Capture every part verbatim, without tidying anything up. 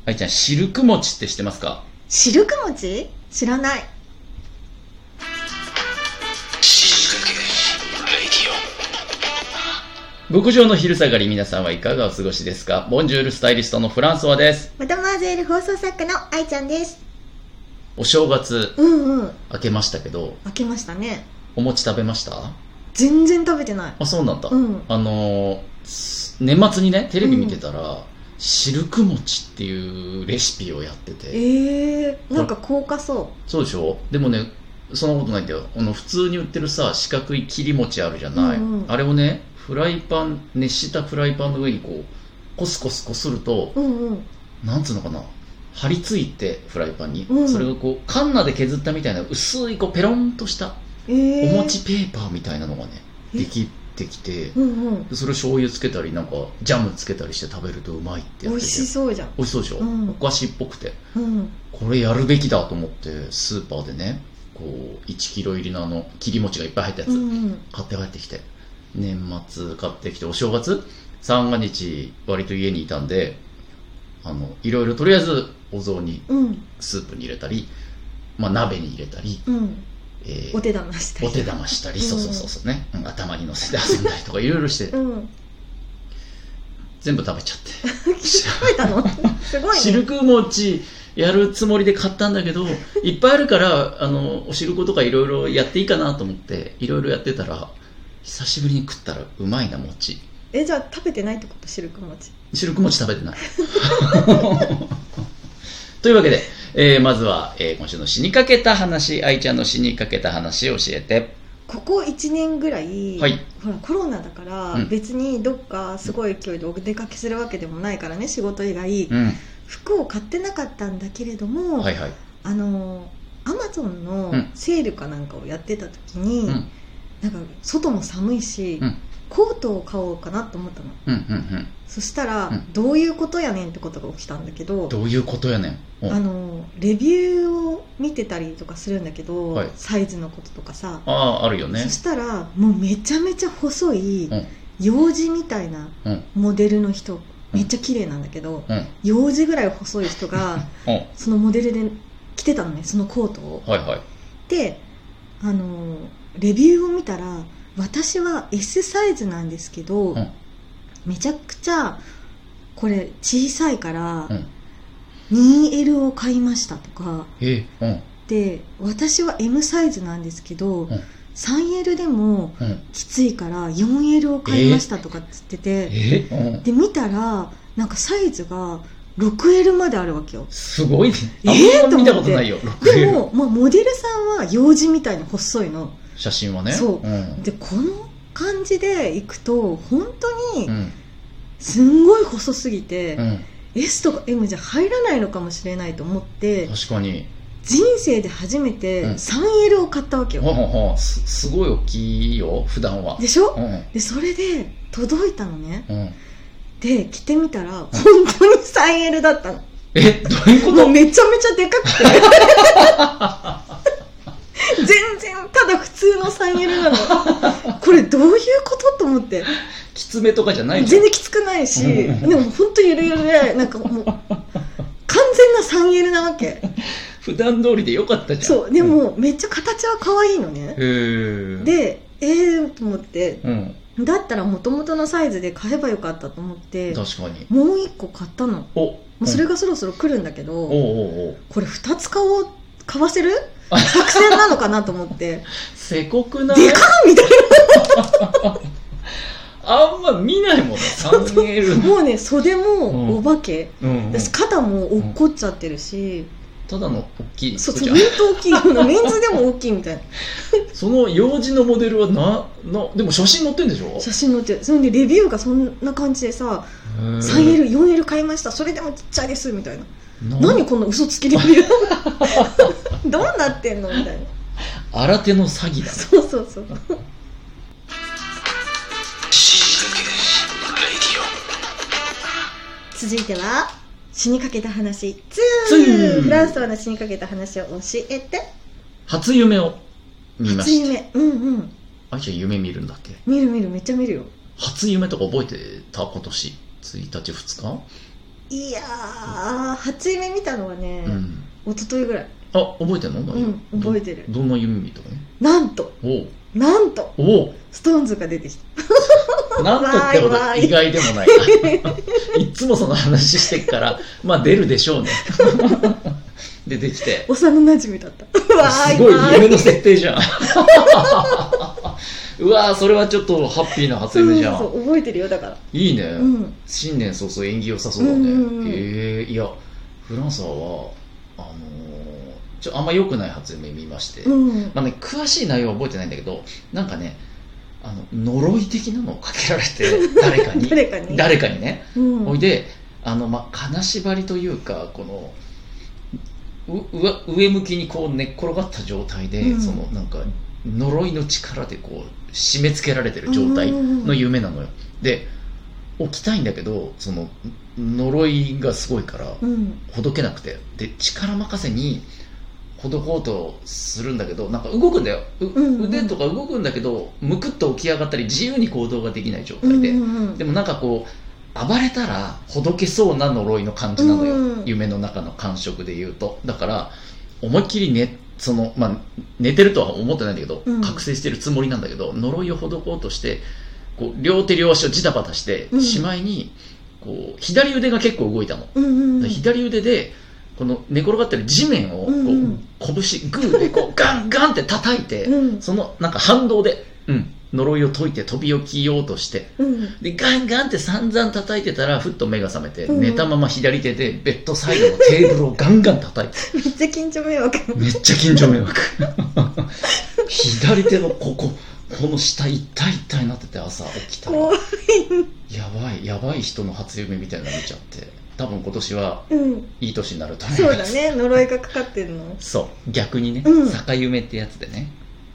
愛ちゃん、シルク餅って知ってますか？ シルク餅？知らない。 極上の昼下がり、皆さんはいかがお過ごしですか？ボンジュールスタイリストのフランソワです。 マダマーゼール放送作家の愛ちゃんです。 お正月、 うんうん。 明けましたけど、 明けましたね。 お餅食べました？ 全然食べてない。 あ、そうなんだ。 うん、 あのー、年末にね、テレビ見てたら、うん、シルク餅っていうレシピをやってて。 えー、なんか高価そう。 そうでしょ？でもね、そんなことないんだよ。あの普通に売ってるさ、四角い切り餅あるじゃない、うんうん、あれをね、フライパン、熱したフライパンの上にこうコスコスこすると、 うんうん、 なんつうのかな、張り付いてフライパンに、 うん、 それがこうカンナで削ったみたいな薄いこうペロンとしたお餅ペーパーみたいなのがね、できてきて、 うんうん、 それ醤油つけたりなんかジャムつけたりして食べるとうまいってやってて、 美味しそうじゃん。 美味しそうでしょ、うん、お菓子っぽくて、 うん、 これやるべきだと思ってスーパーでね、こういちキロ入りのあの切り餅がいっぱい入ったやつ、うんうん、買って帰ってきて、年末買ってきて、お正月三が日割と家にいたんで、あのいろいろとりあえずお雑煮、うん、スープに入れたり、まあ、鍋に入れたり、 うん、えー、お手玉したりお手玉したり、そうそうそうそうね、うん、頭に乗せて遊んだりとかいろいろして、うん、全部食べちゃって食べたのすごいね。 シルク餅やるつもりで買ったんだけど、いっぱいあるからあのお汁粉とかいろいろやっていいかなと思っていろいろやってたら、久しぶりに食ったらうまいな餅。 え、じゃあ食べてないってこと？シルク餅シルク餅食べてないというわけで、えー、まずは、えー、今週の死にかけた話、愛ちゃんの死にかけた話を教えて。 ここいちねんぐらい、 はい、 ほらコロナだから、うん、別にどっかすごい勢いでお出かけするわけでもないからね、仕事以外、うん、服を買ってなかったんだけれども、 はいはい、あのアマゾンのセールかなんかをやってた時に、うん、なんか外も寒いし、うん、コートを買おうかなと思ったの、 うんうんうん、 そしたら、うん、どういうことやねんってことが起きたんだけど。 どういうことやねん。 あのレビューを見てたりとかするんだけど、はい、サイズのこととかさ、 ああ、あるよね。 そしたらもうめちゃめちゃ細い、うん、幼児みたいなモデルの人、うん、めっちゃ綺麗なんだけど、うん、幼児ぐらい細い人が、うん、そのモデルで着てたのね、そのコートを、 はいはい、 であのレビューを見たら、私は エス サイズなんですけど、うん、めちゃくちゃこれ小さいから、うん、にエル を買いましたとか、 えーうん、 で私は エム サイズなんですけど、うん、スリーエル でもきついから よんエル を買いましたとかっつってて、 えーうん、 で見たらなんかサイズが ろくエル まであるわけよ。 すごいね。あんま見たことないよ。ろくエル。 でも、まあ、モデルさんは幼児みたいに細いの、 写真はね。 そう、うん、でこの感じでいくと本当にすんごい細すぎて、うん、S とか エム じゃ入らないのかもしれないと思って、 確かに人生で初めて スリーエル を買ったわけよ、うん、 ははは す, すごい大きいよ普段は。 でしょ、 うん、 でそれで届いたのね、うん、で着てみたら本当に スリーエル だったの。 え、どういうこと？ もうめちゃめちゃでかくて全然ただ普通の スリーエル なのこれどういうことと思って、 きつめとかじゃないじゃん。 全然きつくないし、でも本当にゆるゆるで、なんかもう完全な スリーエル なわけ普段通りでよかったじゃん。 そう、でも、うん、めっちゃ形は可愛いのね。 へー。 で、えーと思って、うん、だったら元々のサイズで買えばよかったと思って、 確かにもう一個買ったの。 お、 もうそれがそろそろ来るんだけど、 おうおうおう、 これふたつ買おう、買わせる作戦なのかなと思ってせこくない？ でかっみたいなあんま見ないもんね、スリーエルもうね、袖もお化け、 うんうんうん、 私肩も落っこっちゃってるし、 ただの大きい、 そう、本当大きいメンズでも大きいみたいなその幼児のモデルはなな、でも写真載ってんでしょ？写真載ってる。それでレビューがそんな感じでさ、 スリーエル、よんエル 買いました、それでもちっちゃいですみたいな、何こんな嘘つきレビューどうなってんのみたいな、 新手の詐欺だね。 そうそうそう続いては死にかけた話に、フランスはの死にかけた話を教えて。 初夢を見ました。 初夢、うんうん。 あいちゃん夢見るんだっけ？ 見る見る、めっちゃ見るよ。 初夢とか覚えてた？今年ついたちふつか？ いやー初夢見たのはね、うん、一昨日ぐらい。 あ、覚えてんの？ うん、覚えてる。 どんな夢見たの？ なんとおなんとおストーンズが出てきた。 なんとってこと意外でもないいつもその話してっからまあ出るでしょうね出てきて幼馴染だったすごい夢の設定じゃんうわーそれはちょっとハッピーな初夢じゃん。 そうそうそう覚えてるよ。だからいいね、 うん、 新年早々縁起良さそうだね、うんうんうん、えー、いやフランサーはあのー、ちょあんま良くない初夢見まして、うんまあね、詳しい内容は覚えてないんだけどなんかねあの呪い的なのをかけられて誰かに誰かに誰かにね、 うん、 おいであの、まあ、金縛りというかこのう上向きにこう寝っ転がった状態で、うん、そのなんか呪いの力でこう締め付けられてる状態の夢なのよ。で起きたいんだけどその呪いがすごいからほどけなくて、で力任せにほどこうとするんだけどなんか動くんだよ、うんうん、腕とか動くんだけどむくっと起き上がったり自由に行動ができない状態で、うんうんうん、でもなんかこう暴れたらほどけそうな呪いの感じなのよ、うんうん、夢の中の感触で言うと。だから思いっきり寝その、まあ、寝てるとは思ってないんだけど、うん、覚醒してるつもりなんだけど呪いをほどこうとしてこう両手両足をジタバタして、うん、しまいにこう左腕が結構動いたの、うんうんうん、左腕でこの寝転がってる地面をこう、うんうん、拳グーでこうガンガンって叩いて、うん、そのなんか反動で、うん、呪いを解いて飛び起きようとして、うん、でガンガンって散々叩いてたらふっと目が覚めて、うん、寝たまま左手でベッドサイドのテーブルをガンガン叩いてめっちゃ近所迷惑めっちゃ近所迷惑左手のこここの下痛い痛いになってて朝起きたらやばいやばい人の初夢みたいなの見ちゃって多分今年はいい年になると思います、 うん、そうだね呪いがかかってるのそう逆にね、うん、逆夢ってやつでね。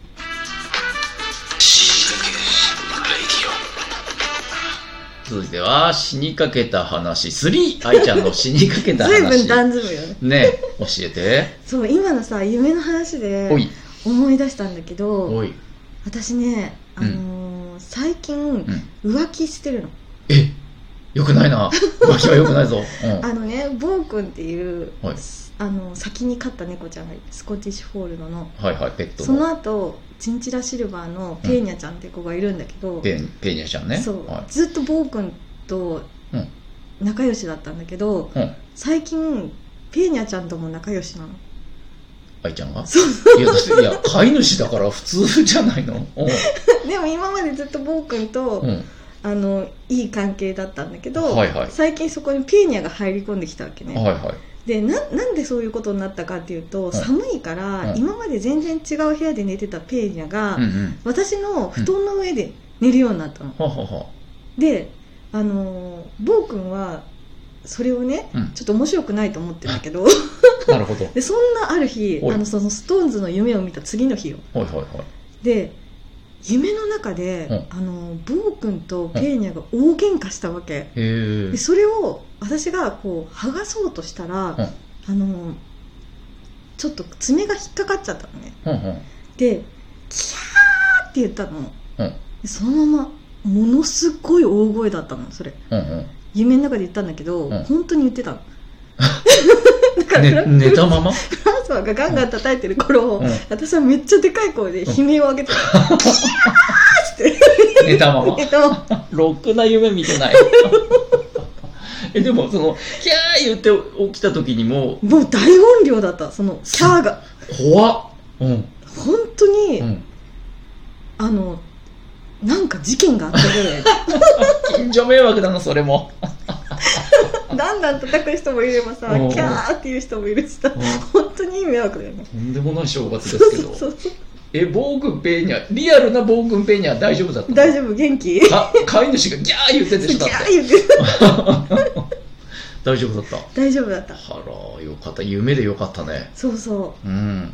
続いては死にかけた話スリー愛ちゃんの死にかけた話随分段ずむよねね教えてそう今のさ夢の話で思い出したんだけどおい私ね、あのーうん、最近、うん、浮気してるの。 えよくないな浮気はよくないぞ、 うん、あのねボー君っていう、はい、あの先に飼った猫ちゃんがスコティッシュフォールドの、 はいはい、ペットのその後チンチラシルバーのペーニャちゃんって子がいるんだけど、 うん、ペ, ペーニャちゃんねそう、 はい、 ずっとボー君と仲良しだったんだけど、うん、最近ペーニャちゃんとも仲良しなの。 愛ちゃんがそうそういやだっていや飼い主だから普通じゃないのでも今までずっとボー君と、うん、あのいい関係だったんだけど、 はいはい、 最近そこにペーニャが入り込んできたわけね、 はいはい、 で な, なんでそういうことになったかっていうと、うん、寒いから、うん、今まで全然違う部屋で寝てたペーニャが、うんうん、私の布団の上で寝るようになったの、うん、はははであのボー君はそれをね、うん、ちょっと面白くないと思ってるんだけどなるほど。 でそんなある日あのそのストーンズの夢を見た次の日よ、 はいはいはい、 で夢の中で、うん、あのボー君とペーニャが大喧嘩したわけ、うん、でそれを私がこう剥がそうとしたら、うん、あのちょっと爪が引っかかっちゃったのね、うんうん、でキャーって言ったの、うん、でそのままものすごい大声だったのそれ、うんうん、夢の中で言ったんだけど、うん、本当に言ってたのだから、 ね、寝たままフランソワがガンガン叩いてる頃、うん、私はめっちゃでかい声で悲鳴を上げてた、うん、キャーって寝たまま寝たままろくな夢見てないえでもそのキャー言って起きた時にももう大音量だったそのキャーが怖っ、うん、 本当に、うん、あのなんか事件があったぐらい近所迷惑だなそれもだんだん叩く人もいればさキャーっていう人もいるしさ本当にいい迷惑だよね。 とんでもない正月ですけどそうそうそうえボーグンペーニャリアルなボーグンペーニャ大丈夫だったの？ 大丈夫元気あ飼い主がギャー言っててしまったギャー言って大丈夫だった大丈夫だったはらよかった夢でよかったねそうそううん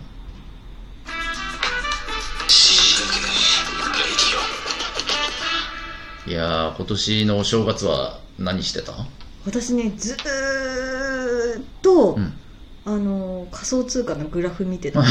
いや今年のお正月は何してた？ 私ねずーっと、うん、あの仮想通貨のグラフ見てた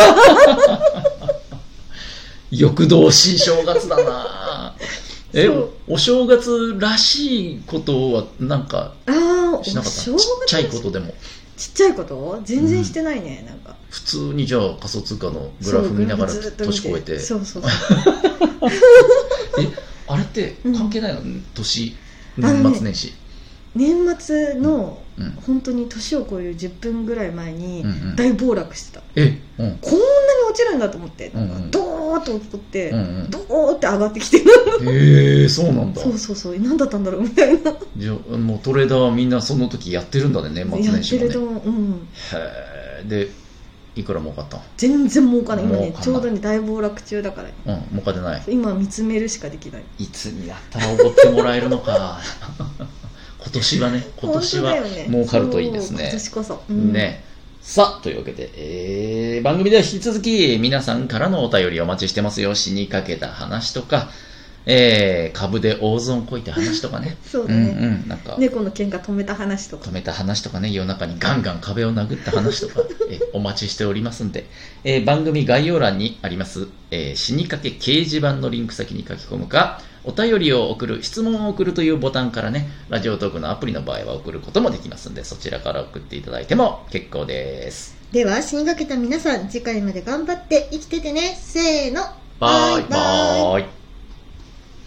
欲動しい正月だなえお正月らしいことはなんかあしなかった？ちお正月っちゃいことでも。 ちっちゃいこと全然してないね、うん、なんか普通にじゃあ仮想通貨のグラフ見ながら年越えて、 そうそうえあれって関係ないの、うん、年年末年始、 年末の、うん、本当に年を超えるじゅっぷんぐらい前に大暴落してた、 うんうん、え、うん、 こんなに落ちるんだと思って、なんかドーッと落ちて、うんうん、ドーッって上がってきてへえー、そうなんだ。 そうそうそう、何だったんだろうみたいな。 じゃあもうトレーダーはみんなその時やってるんだね、年末年始もね。 やってると思う、うん、 へえ。でいくら儲かった？ 全然儲かない。今ねちょうどね大暴落中だから、ね、 うん、儲かってない。 今見つめるしかできない。 いつになったらおごってもらえるのか今年はね、今年は儲かるといいですね。 今年こそ、うん、 ね。さあというわけで、えー、番組では引き続き皆さんからのお便りお待ちしてますよ。死にかけた話とか、えー、株で大損こいた話とかねそうだね、 うんうん、なんか猫の喧嘩止めた話とか止めた話とかね、夜中にガンガン壁を殴った話とかえお待ちしておりますんで、えー、番組概要欄にあります、えー、死にかけ掲示板のリンク先に書き込むか、お便りを送る、質問を送るというボタンからね、ラジオトークのアプリの場合は送ることもできますんで、そちらから送っていただいても結構です。 では死にかけた皆さん、次回まで頑張って生きててね。せーの、 バイバイ。